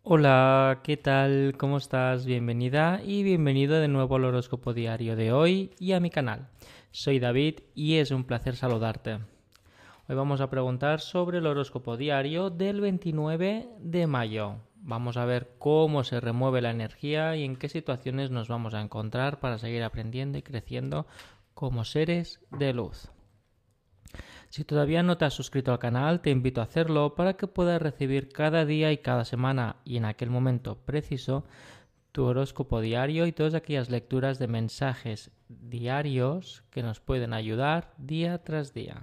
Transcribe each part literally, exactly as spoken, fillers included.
Hola, ¿qué tal? ¿Cómo estás? Bienvenida y bienvenido de nuevo al horóscopo diario de hoy y a mi canal. Soy David y es un placer saludarte. Hoy vamos a preguntar sobre el horóscopo diario del veintinueve de mayo. Vamos a ver cómo se remueve la energía y en qué situaciones nos vamos a encontrar para seguir aprendiendo y creciendo como seres de luz. Si todavía no te has suscrito al canal, te invito a hacerlo para que puedas recibir cada día y cada semana y en aquel momento preciso tu horóscopo diario y todas aquellas lecturas de mensajes diarios que nos pueden ayudar día tras día.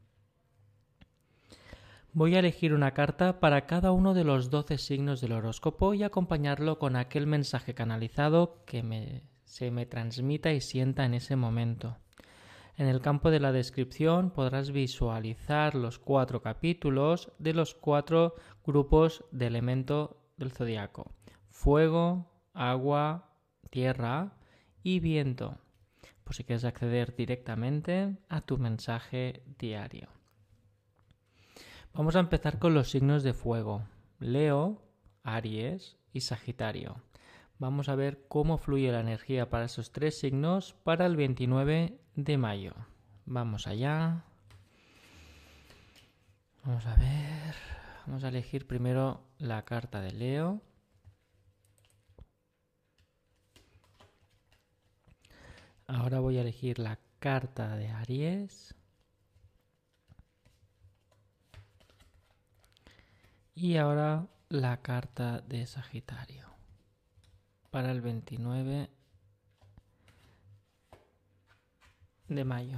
Voy a elegir una carta para cada uno de los doce signos del horóscopo y acompañarlo con aquel mensaje canalizado que me, se me transmita y sienta en ese momento. En el campo de la descripción podrás visualizar los cuatro capítulos de los cuatro grupos de elemento del zodiaco: fuego, agua, tierra y viento, por si quieres acceder directamente a tu mensaje diario. Vamos a empezar con los signos de fuego: Leo, Aries y Sagitario. Vamos a ver cómo fluye la energía para esos tres signos para el veintinueve de mayo. Vamos allá. Vamos a ver. Vamos a elegir primero la carta de Leo. Ahora voy a elegir la carta de Aries. Y ahora la carta de Sagitario para el veintinueve de mayo.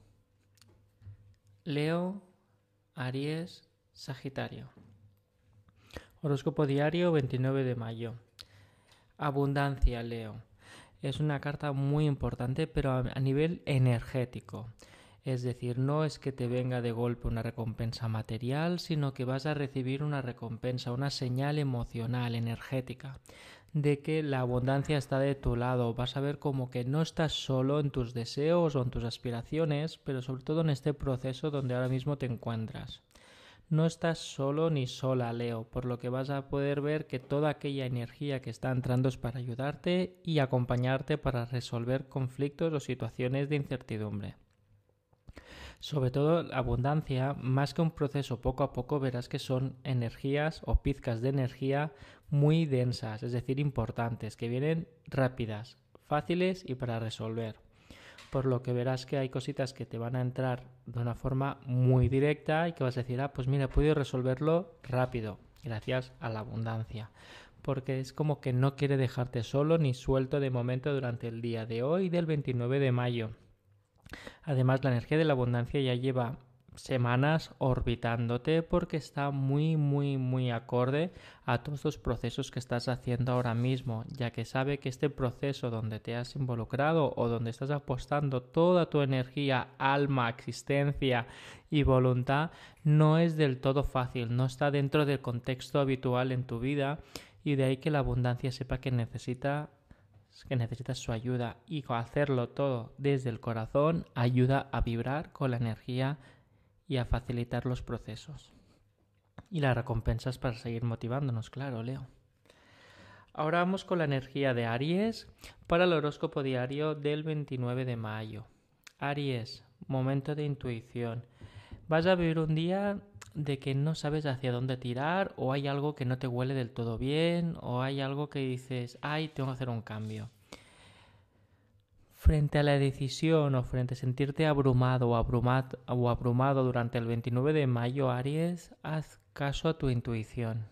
Leo, Aries, Sagitario. Horóscopo diario veintinueve de mayo. Abundancia, Leo. Es una carta muy importante, pero a nivel energético. Es decir, no es que te venga de golpe una recompensa material, sino que vas a recibir una recompensa, una señal emocional, energética, de que la abundancia está de tu lado. Vas a ver como que no estás solo en tus deseos o en tus aspiraciones, pero sobre todo en este proceso donde ahora mismo te encuentras. No estás solo ni sola, Leo, por lo que vas a poder ver que toda aquella energía que está entrando es para ayudarte y acompañarte para resolver conflictos o situaciones de incertidumbre. Sobre todo, la abundancia, más que un proceso poco a poco, verás que son energías o pizcas de energía muy densas, es decir, importantes, que vienen rápidas, fáciles y para resolver. Por lo que verás que hay cositas que te van a entrar de una forma muy directa y que vas a decir, ah, pues mira, he podido resolverlo rápido, gracias a la abundancia. Porque es como que no quiere dejarte solo ni suelto de momento durante el día de hoy, del veintinueve de mayo. Además, la energía de la abundancia ya lleva semanas orbitándote porque está muy, muy, muy acorde a todos los procesos que estás haciendo ahora mismo, ya que sabe que este proceso donde te has involucrado o donde estás apostando toda tu energía, alma, existencia y voluntad no es del todo fácil, no está dentro del contexto habitual en tu vida, y de ahí que la abundancia sepa que necesita que necesitas su ayuda, y hacerlo todo desde el corazón ayuda a vibrar con la energía y a facilitar los procesos. Y las recompensas para seguir motivándonos, claro, Leo. Ahora vamos con la energía de Aries para el horóscopo diario del veintinueve de mayo. Aries, momento de intuición. Vas a vivir un día de que no sabes hacia dónde tirar, o hay algo que no te huele del todo bien, o hay algo que dices, ay, tengo que hacer un cambio. Frente a la decisión o frente a sentirte abrumado o, abrumado o abrumado durante el veintinueve de mayo, Aries, haz caso a tu intuición.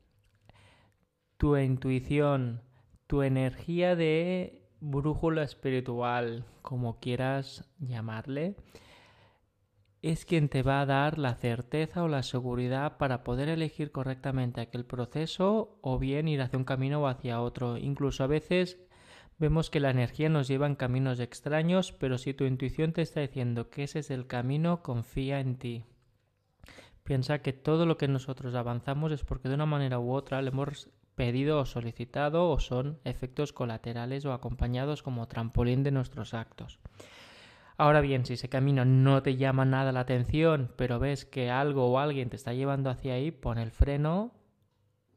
Tu intuición, tu energía de brújula espiritual, como quieras llamarle, es quien te va a dar la certeza o la seguridad para poder elegir correctamente aquel proceso, o bien ir hacia un camino o hacia otro. Incluso a veces vemos que la energía nos lleva en caminos extraños, pero si tu intuición te está diciendo que ese es el camino, confía en ti. Piensa que todo lo que nosotros avanzamos es porque de una manera u otra le hemos pedido o solicitado, o son efectos colaterales o acompañados como trampolín de nuestros actos. Ahora bien, si ese camino no te llama nada la atención, pero ves que algo o alguien te está llevando hacia ahí, pon el freno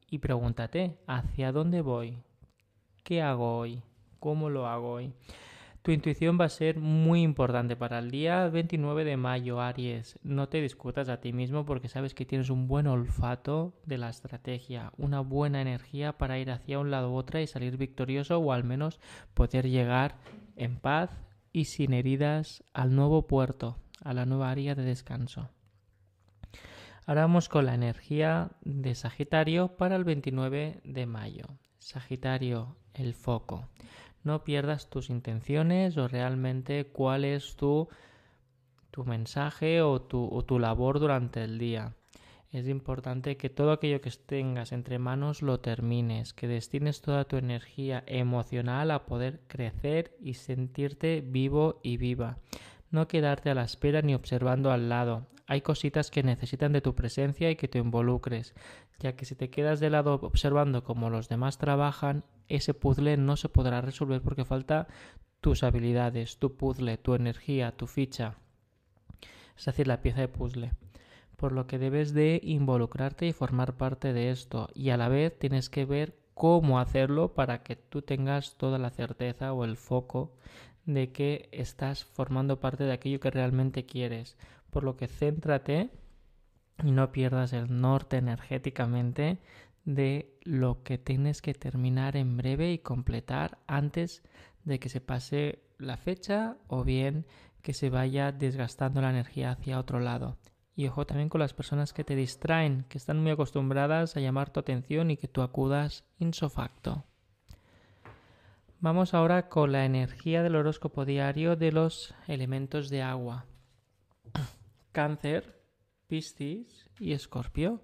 y pregúntate, ¿hacia dónde voy? ¿Qué hago hoy? ¿Cómo lo hago hoy? Tu intuición va a ser muy importante para el día veintinueve de mayo, Aries. No te discutas a ti mismo porque sabes que tienes un buen olfato de la estrategia, una buena energía para ir hacia un lado u otro y salir victorioso, o al menos poder llegar en paz y sin heridas al nuevo puerto, a la nueva área de descanso. Ahora vamos con la energía de Sagitario para el veintinueve de mayo. Sagitario, el foco. No pierdas tus intenciones o realmente cuál es tu, tu mensaje o tu, o tu labor durante el día. Es importante que todo aquello que tengas entre manos lo termines, que destines toda tu energía emocional a poder crecer y sentirte vivo y viva. No quedarte a la espera ni observando al lado. Hay cositas que necesitan de tu presencia y que te involucres, ya que si te quedas de lado observando cómo los demás trabajan, ese puzzle no se podrá resolver porque falta tus habilidades, tu puzzle, tu energía, tu ficha, es decir, la pieza de puzzle. Por lo que debes de involucrarte y formar parte de esto, y a la vez tienes que ver cómo hacerlo para que tú tengas toda la certeza o el foco de que estás formando parte de aquello que realmente quieres. Por lo que céntrate y no pierdas el norte energéticamente de lo que tienes que terminar en breve y completar antes de que se pase la fecha o bien que se vaya desgastando la energía hacia otro lado. Y ojo también con las personas que te distraen, que están muy acostumbradas a llamar tu atención y que tú acudas ipso facto. Vamos ahora con la energía del horóscopo diario de los elementos de agua. Cáncer, Piscis y Escorpio.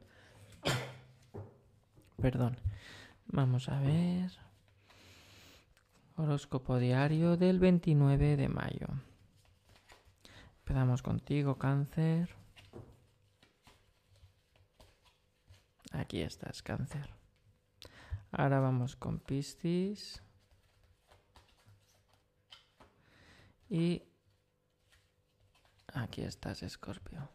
Perdón. Vamos a ver. Horóscopo diario del veintinueve de mayo. Empezamos contigo, Cáncer. Aquí estás, Cáncer. Ahora vamos con Piscis. Y aquí estás, Escorpio.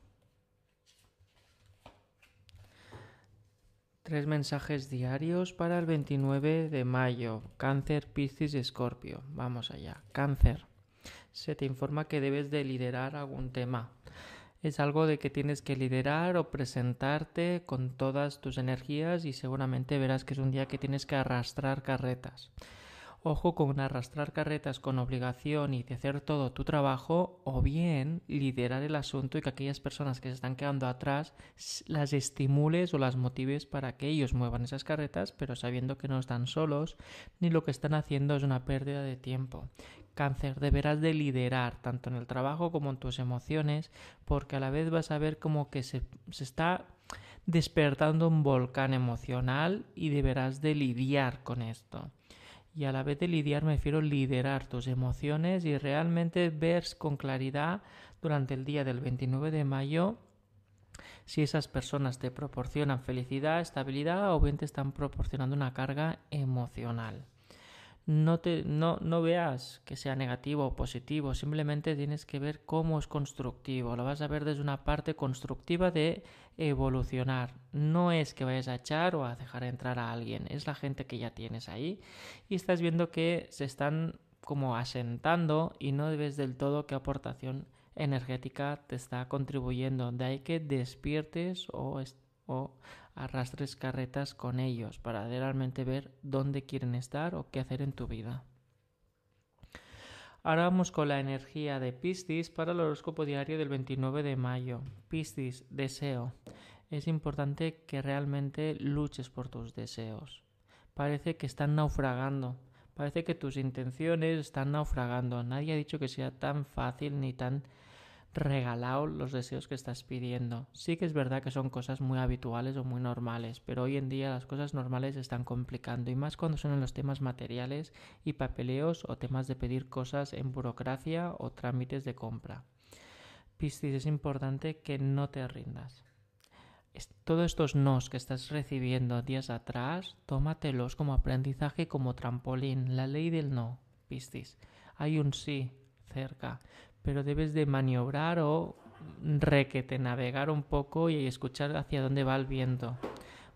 Tres mensajes diarios para el veintinueve de mayo. Cáncer, Piscis y Escorpio. Vamos allá. Cáncer. Se te informa que debes de liderar algún tema. Es algo de que tienes que liderar o presentarte con todas tus energías y seguramente verás que es un día que tienes que arrastrar carretas. Ojo con arrastrar carretas con obligación y de hacer todo tu trabajo, o bien liderar el asunto y que aquellas personas que se están quedando atrás las estimules o las motives para que ellos muevan esas carretas, pero sabiendo que no están solos ni lo que están haciendo es una pérdida de tiempo. Cáncer, deberás de liderar tanto en el trabajo como en tus emociones, porque a la vez vas a ver como que se, se está despertando un volcán emocional y deberás de lidiar con esto. Y a la vez de lidiar me refiero a liderar tus emociones y realmente ver con claridad durante el día del veintinueve de mayo si esas personas te proporcionan felicidad, estabilidad o bien te están proporcionando una carga emocional. No, te, no, no veas que sea negativo o positivo, simplemente tienes que ver cómo es constructivo. Lo vas a ver desde una parte constructiva de evolucionar. No es que vayas a echar o a dejar entrar a alguien, es la gente que ya tienes ahí y estás viendo que se están como asentando y no ves del todo qué aportación energética te está contribuyendo. De ahí que despiertes o, o arrastres carretas con ellos para realmente ver dónde quieren estar o qué hacer en tu vida. Ahora vamos con la energía de Piscis para el horóscopo diario del veintinueve de mayo. Piscis, deseo. Es importante que realmente luches por tus deseos. Parece que están naufragando. Parece que tus intenciones están naufragando. Nadie ha dicho que sea tan fácil ni tan regalado los deseos que estás pidiendo. Sí que es verdad que son cosas muy habituales o muy normales, pero hoy en día las cosas normales se están complicando y más cuando son en los temas materiales y papeleos o temas de pedir cosas en burocracia o trámites de compra. Piscis, es importante que no te rindas. Todos estos nos que estás recibiendo días atrás, tómatelos como aprendizaje y como trampolín. La ley del no, Piscis. Hay un sí cerca, pero debes de maniobrar o requete navegar un poco y escuchar hacia dónde va el viento.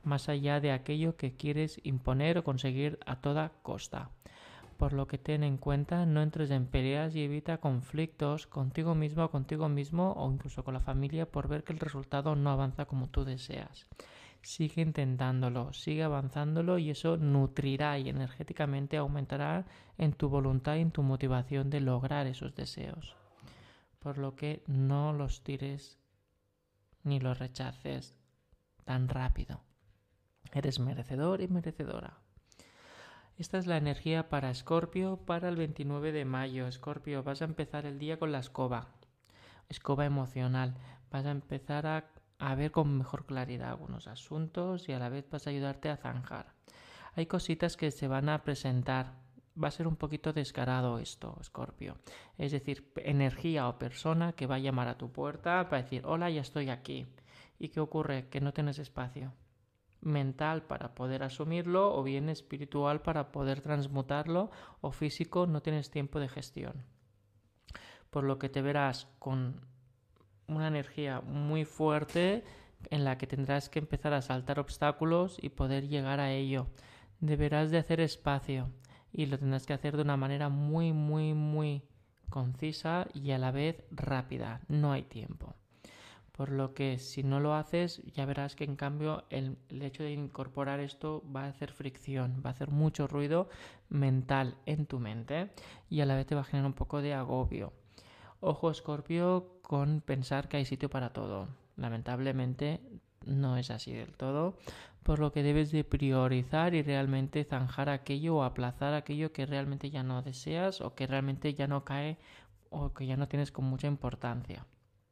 más allá de aquello que quieres imponer o conseguir a toda costa. Por lo que ten en cuenta, no entres en peleas y evita conflictos contigo mismo o contigo mismo o incluso con la familia por ver que el resultado no avanza como tú deseas. Sigue intentándolo, sigue avanzándolo y eso nutrirá y energéticamente aumentará en tu voluntad y en tu motivación de lograr esos deseos. Por lo que no los tires ni los rechaces tan rápido. Eres merecedor y merecedora. Esta es la energía para Escorpio para el veintinueve de mayo. Escorpio, vas a empezar el día con la escoba. Escoba emocional. Vas a empezar a, a ver con mejor claridad algunos asuntos y a la vez vas a ayudarte a zanjar. Hay cositas que se van a presentar. Va a ser un poquito descarado esto, Escorpio. Es decir, energía o persona que va a llamar a tu puerta para decir, hola, ya estoy aquí. ¿Y qué ocurre? Que no tienes espacio mental para poder asumirlo o bien espiritual para poder transmutarlo o físico, no tienes tiempo de gestión. Por lo que te verás con una energía muy fuerte en la que tendrás que empezar a saltar obstáculos y poder llegar a ello. Deberás de hacer espacio y lo tendrás que hacer de una manera muy, muy, muy concisa y a la vez rápida. No hay tiempo. Por lo que si no lo haces, ya verás que en cambio el, el hecho de incorporar esto va a hacer fricción, va a hacer mucho ruido mental en tu mente y a la vez te va a generar un poco de agobio. Ojo, Escorpio, con pensar que hay sitio para todo. Lamentablemente no es así del todo, por lo que debes de priorizar y realmente zanjar aquello o aplazar aquello que realmente ya no deseas o que realmente ya no cae o que ya no tienes con mucha importancia.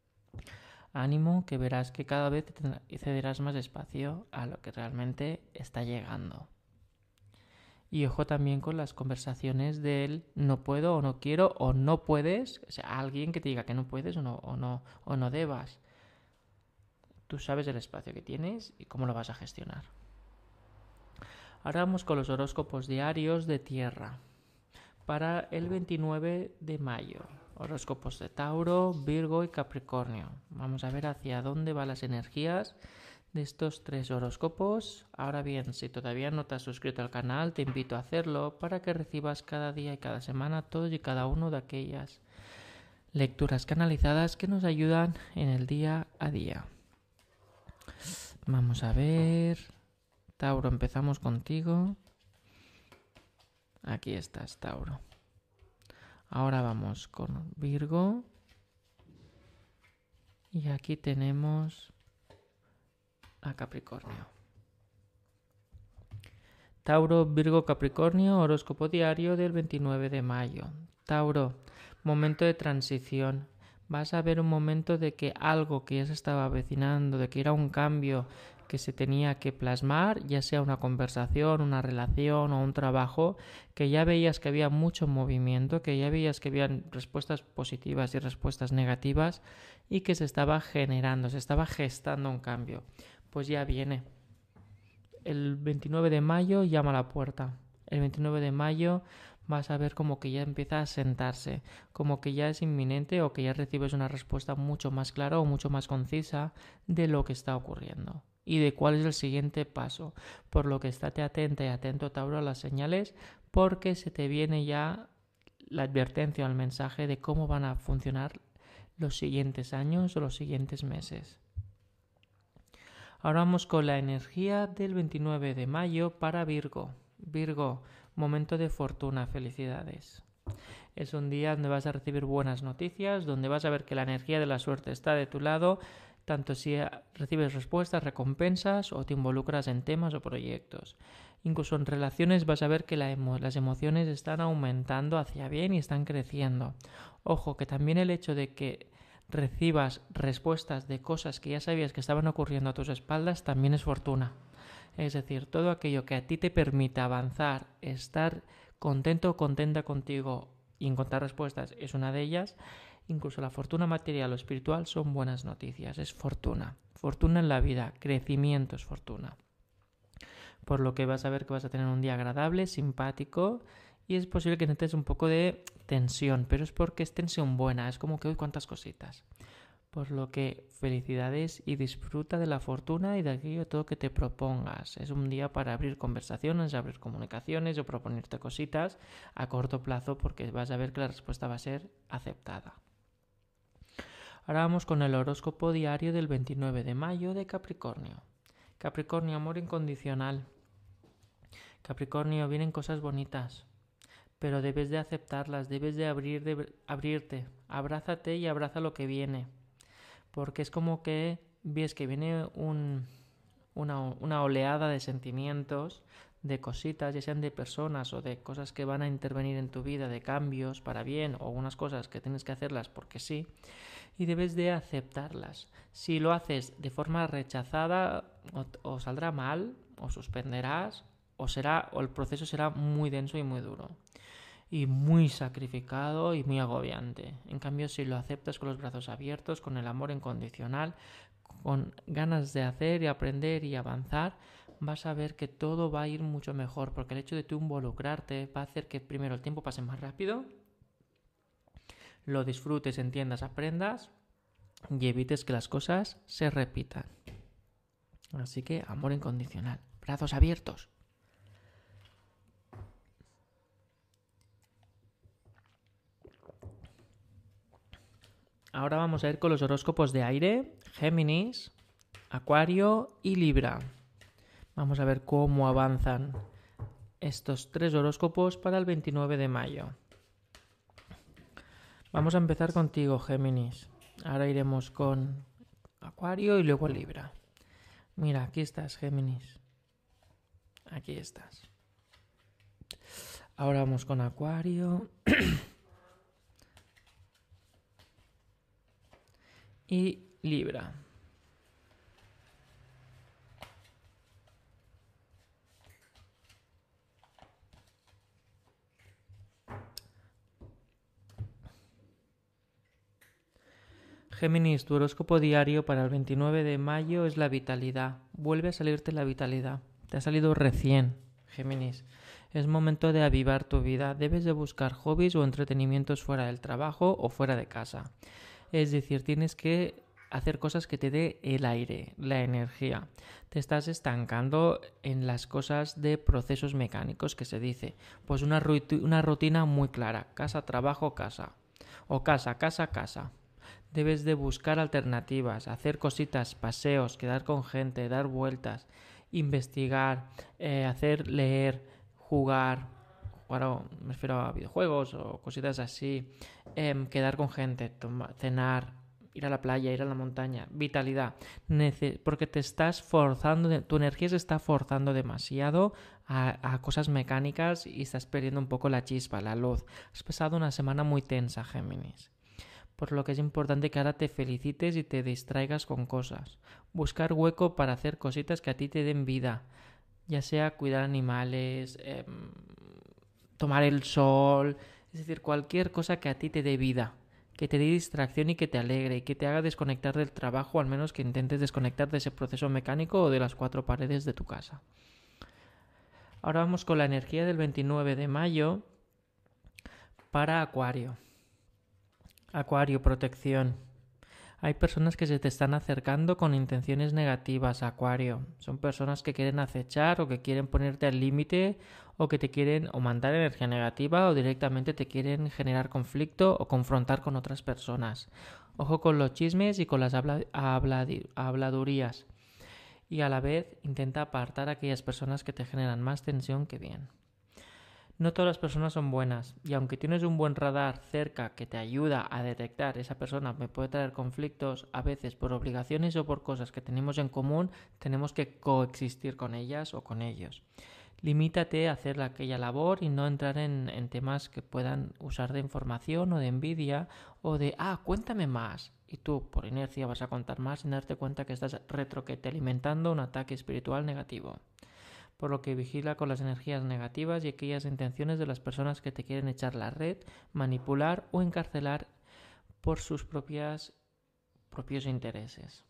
Ánimo, que verás que cada vez cederás más espacio a lo que realmente está llegando. Y ojo también con las conversaciones del no puedo o no quiero o no puedes. O sea, alguien que te diga que no puedes o no, o no, o no debas. Tú sabes el espacio que tienes y cómo lo vas a gestionar. Ahora vamos con los horóscopos diarios de Tierra para el veintinueve de mayo. Horóscopos de Tauro, Virgo y Capricornio. Vamos a ver hacia dónde van las energías de estos tres horóscopos. Ahora bien, si todavía no te has suscrito al canal, te invito a hacerlo para que recibas cada día y cada semana todos y cada uno de aquellas lecturas canalizadas que nos ayudan en el día a día. Vamos a ver. Tauro, empezamos contigo. Aquí estás, Tauro. Ahora vamos con Virgo. Y aquí tenemos a Capricornio. Tauro, Virgo, Capricornio, horóscopo diario del veintinueve de mayo. Tauro, momento de transición. Vas a ver un momento de que algo que ya se estaba avecinando, de que era un cambio que se tenía que plasmar, ya sea una conversación, una relación o un trabajo, que ya veías que había mucho movimiento, que ya veías que habían respuestas positivas y respuestas negativas y que se estaba generando, se estaba gestando un cambio. Pues ya viene. El veintinueve de mayo llama a la puerta. El veintinueve de mayo vas a ver como que ya empieza a sentarse, como que ya es inminente o que ya recibes una respuesta mucho más clara o mucho más concisa de lo que está ocurriendo y de cuál es el siguiente paso. Por lo que estate atenta y atento, Tauro, a las señales, porque se te viene ya la advertencia o el mensaje de cómo van a funcionar los siguientes años o los siguientes meses. Ahora vamos con la energía del veintinueve de mayo para Virgo. Virgo, momento de fortuna, felicidades. Es un día donde vas a recibir buenas noticias, donde vas a ver que la energía de la suerte está de tu lado, tanto si recibes respuestas, recompensas o te involucras en temas o proyectos. Incluso en relaciones vas a ver que la emo- las emociones están aumentando hacia bien y están creciendo. Ojo, que también el hecho de que recibas respuestas de cosas que ya sabías que estaban ocurriendo a tus espaldas también es fortuna. Es decir, todo aquello que a ti te permita avanzar, estar contento o contenta contigo y encontrar respuestas es una de ellas. Incluso la fortuna material o espiritual son buenas noticias, es fortuna. Fortuna en la vida, crecimiento es fortuna. Por lo que vas a ver que vas a tener un día agradable, simpático y es posible que necesites un poco de tensión, pero es porque es tensión buena, es como que hoy cuántas cositas. Por lo que felicidades y disfruta de la fortuna y de aquello todo que te propongas. Es un día para abrir conversaciones, abrir comunicaciones o proponerte cositas a corto plazo porque vas a ver que la respuesta va a ser aceptada. Ahora vamos con el horóscopo diario del veintinueve de mayo de Capricornio. Capricornio, amor incondicional. Capricornio, vienen cosas bonitas, pero debes de aceptarlas, debes de, abrir, de abrirte. Abrázate y abraza lo que viene. Porque es como que ves que viene un, una, una oleada de sentimientos, de cositas, ya sean de personas o de cosas que van a intervenir en tu vida, de cambios para bien o unas cosas que tienes que hacerlas porque sí, y debes de aceptarlas. Si lo haces de forma rechazada, o, o saldrá mal, o suspenderás, o será, o el proceso será muy denso y muy duro. Y muy sacrificado y muy agobiante. En cambio, si lo aceptas con los brazos abiertos, con el amor incondicional, con ganas de hacer y aprender y avanzar, vas a ver que todo va a ir mucho mejor, porque el hecho de tú involucrarte va a hacer que primero el tiempo pase más rápido, lo disfrutes, entiendas, aprendas y evites que las cosas se repitan. Así que amor incondicional, brazos abiertos. Ahora vamos a ir con los horóscopos de aire, Géminis, Acuario y Libra. Vamos a ver cómo avanzan estos tres horóscopos para el veintinueve de mayo. Vamos a empezar contigo, Géminis. Ahora iremos con Acuario y luego Libra. Mira, aquí estás, Géminis. Aquí estás. Ahora vamos con Acuario. Y Libra. Géminis, tu horóscopo diario para el veintinueve de mayo es la vitalidad. Vuelve a salirte la vitalidad. Te ha salido recién, Géminis. Es momento de avivar tu vida. Debes de buscar hobbies o entretenimientos fuera del trabajo o fuera de casa. Es decir, tienes que hacer cosas que te dé el aire, la energía. Te estás estancando en las cosas de procesos mecánicos que se dice. Pues una, ruti- una rutina muy clara. Casa, trabajo, casa. O casa, casa, casa. Debes de buscar alternativas, hacer cositas, paseos, quedar con gente, dar vueltas, investigar, eh, hacer leer, jugar, jugar o, me refiero a videojuegos o cositas así, eh, quedar con gente, toma, cenar, ir a la playa, ir a la montaña, vitalidad, Nece- porque te estás forzando, tu energía se está forzando demasiado a, a cosas mecánicas y estás perdiendo un poco la chispa, la luz. Has pasado una semana muy tensa, Géminis. Por lo que es importante que ahora te felicites y te distraigas con cosas. Buscar hueco para hacer cositas que a ti te den vida, ya sea cuidar animales, eh, tomar el sol, es decir, cualquier cosa que a ti te dé vida, que te dé distracción y que te alegre y que te haga desconectar del trabajo, al menos que intentes desconectar de ese proceso mecánico o de las cuatro paredes de tu casa. Ahora vamos con la energía del veintinueve de mayo para Acuario. Acuario, protección. Hay personas que se te están acercando con intenciones negativas, Acuario. Son personas que quieren acechar o que quieren ponerte al límite o que te quieren o mandar energía negativa o directamente te quieren generar conflicto o confrontar con otras personas. Ojo con los chismes y con las habla habladi habladurías. Y a la vez intenta apartar a aquellas personas que te generan más tensión que bien. No todas las personas son buenas y aunque tienes un buen radar cerca que te ayuda a detectar esa persona me puede traer conflictos, a veces por obligaciones o por cosas que tenemos en común, tenemos que coexistir con ellas o con ellos. Limítate a hacer aquella labor y no entrar en, en temas que puedan usar de información o de envidia o de, ah, cuéntame más. Y tú, por inercia, vas a contar más sin darte cuenta que estás retroquete alimentando un ataque espiritual negativo. Por lo que vigila con las energías negativas y aquellas intenciones de las personas que te quieren echar la red, manipular o encarcelar por sus propias, propios intereses.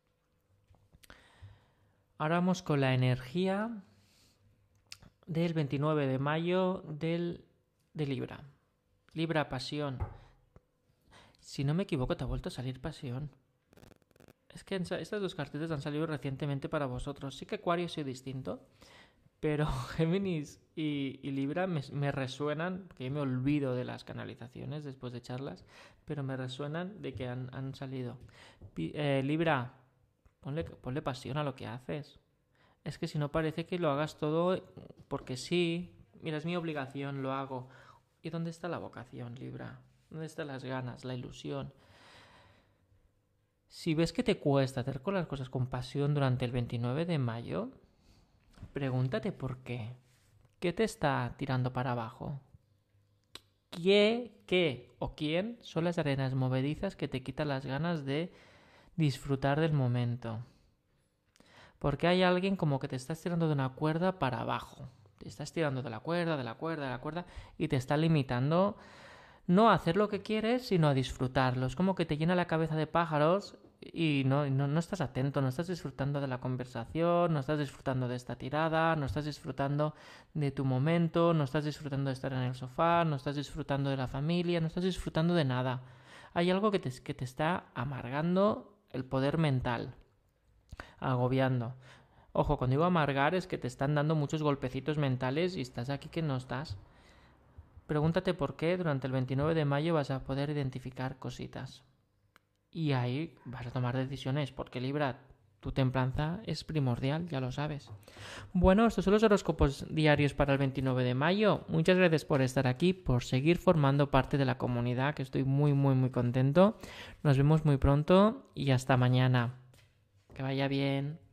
Ahora vamos con la energía del veintinueve de mayo del, de Libra. Libra, pasión. Si no me equivoco, te ha vuelto a salir pasión. Es que estas dos cartitas han salido recientemente para vosotros. Sí que Acuario sí distinto, pero Géminis y, y Libra me, me resuenan, que yo me olvido de las canalizaciones después de charlas, pero me resuenan de que han, han salido. Eh, Libra, ponle, ponle pasión a lo que haces. Es que si no parece que lo hagas todo porque sí. Mira, es mi obligación, lo hago. ¿Y dónde está la vocación, Libra? ¿Dónde están las ganas, la ilusión? Si ves que te cuesta hacer con las cosas con pasión durante el veintinueve de mayo, pregúntate por qué. ¿Qué te está tirando para abajo? ¿Qué, qué o quién son las arenas movedizas que te quitan las ganas de disfrutar del momento? Porque hay alguien como que te estás tirando de una cuerda para abajo. Te estás tirando de la cuerda, de la cuerda, de la cuerda y te está limitando no a hacer lo que quieres, sino a disfrutarlo. Es como que te llena la cabeza de pájaros y no, no, no estás atento, no estás disfrutando de la conversación, no estás disfrutando de esta tirada, no estás disfrutando de tu momento, no estás disfrutando de estar en el sofá, no estás disfrutando de la familia, no estás disfrutando de nada. Hay algo que te, que te está amargando el poder mental, agobiando. Ojo, cuando digo amargar es que te están dando muchos golpecitos mentales y estás aquí que no estás. Pregúntate por qué durante el veintinueve de mayo vas a poder identificar cositas. Y ahí vas a tomar decisiones, porque Libra, tu templanza es primordial, ya lo sabes. Bueno, estos son los horóscopos diarios para el veintinueve de mayo. Muchas gracias por estar aquí, por seguir formando parte de la comunidad, que estoy muy, muy, muy contento. Nos vemos muy pronto y hasta mañana. Que vaya bien.